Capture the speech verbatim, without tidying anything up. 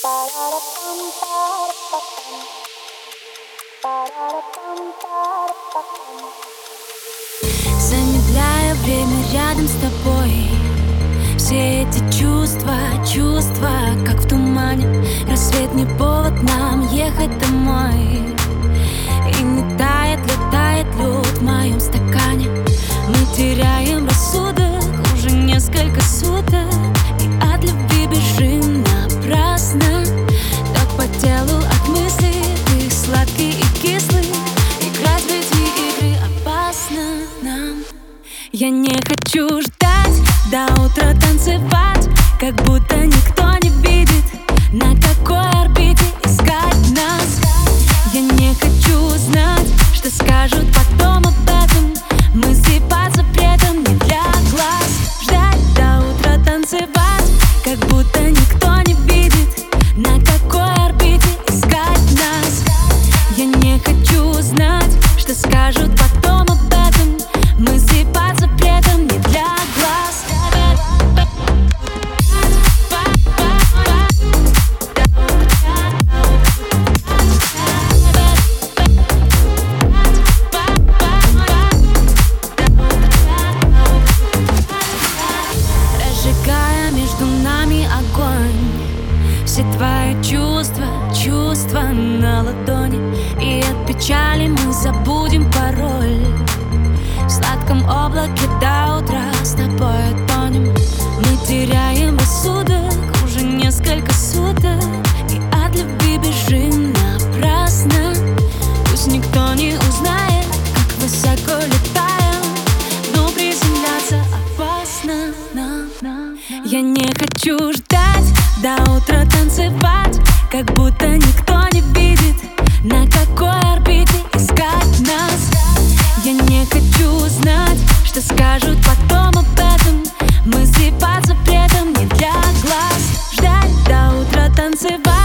Замедляя время рядом с тобой. Все эти чувства, чувства, как в тумане. Рассвет не повод нам ехать домой. И не тает, летает лед в моем стакане. Мы теряем рассудок уже несколько суток, и от любви бежим напрасно. Так по телу от мыслей, ты сладкий и кислый. Играть в эти игры опасно нам. Я не хочу ждать до утра, танцевать, как будто никто не видит, на какой орбите искать нас. Я не хочу знать, что скажут потом об этом. Мысли под запретом не для глаз. Ждать до утра, танцевать, как будто никто не видит, на какой орбите искать нас. Я не хочу знать, что скажут потом об этом. Мысли под запретом не для глаз. Разжигая между нами огонь, все твои чувства, чувства на ладони. И от печали мы забудем пароль. В сладком облаке до утра с тобой тонем. Мы теряем рассудок уже несколько суток, и от любви бежим напрасно. Пусть никто не узнает, как высоко летаем, но приземляться опасно нам. Я не хочу ждать до утра, танцевать, как будто никто не видит, на какой орбите искать нас. Я не хочу знать, что скажут потом об этом. Мысли под запретом не для глаз. Ждать до утра, танцевать.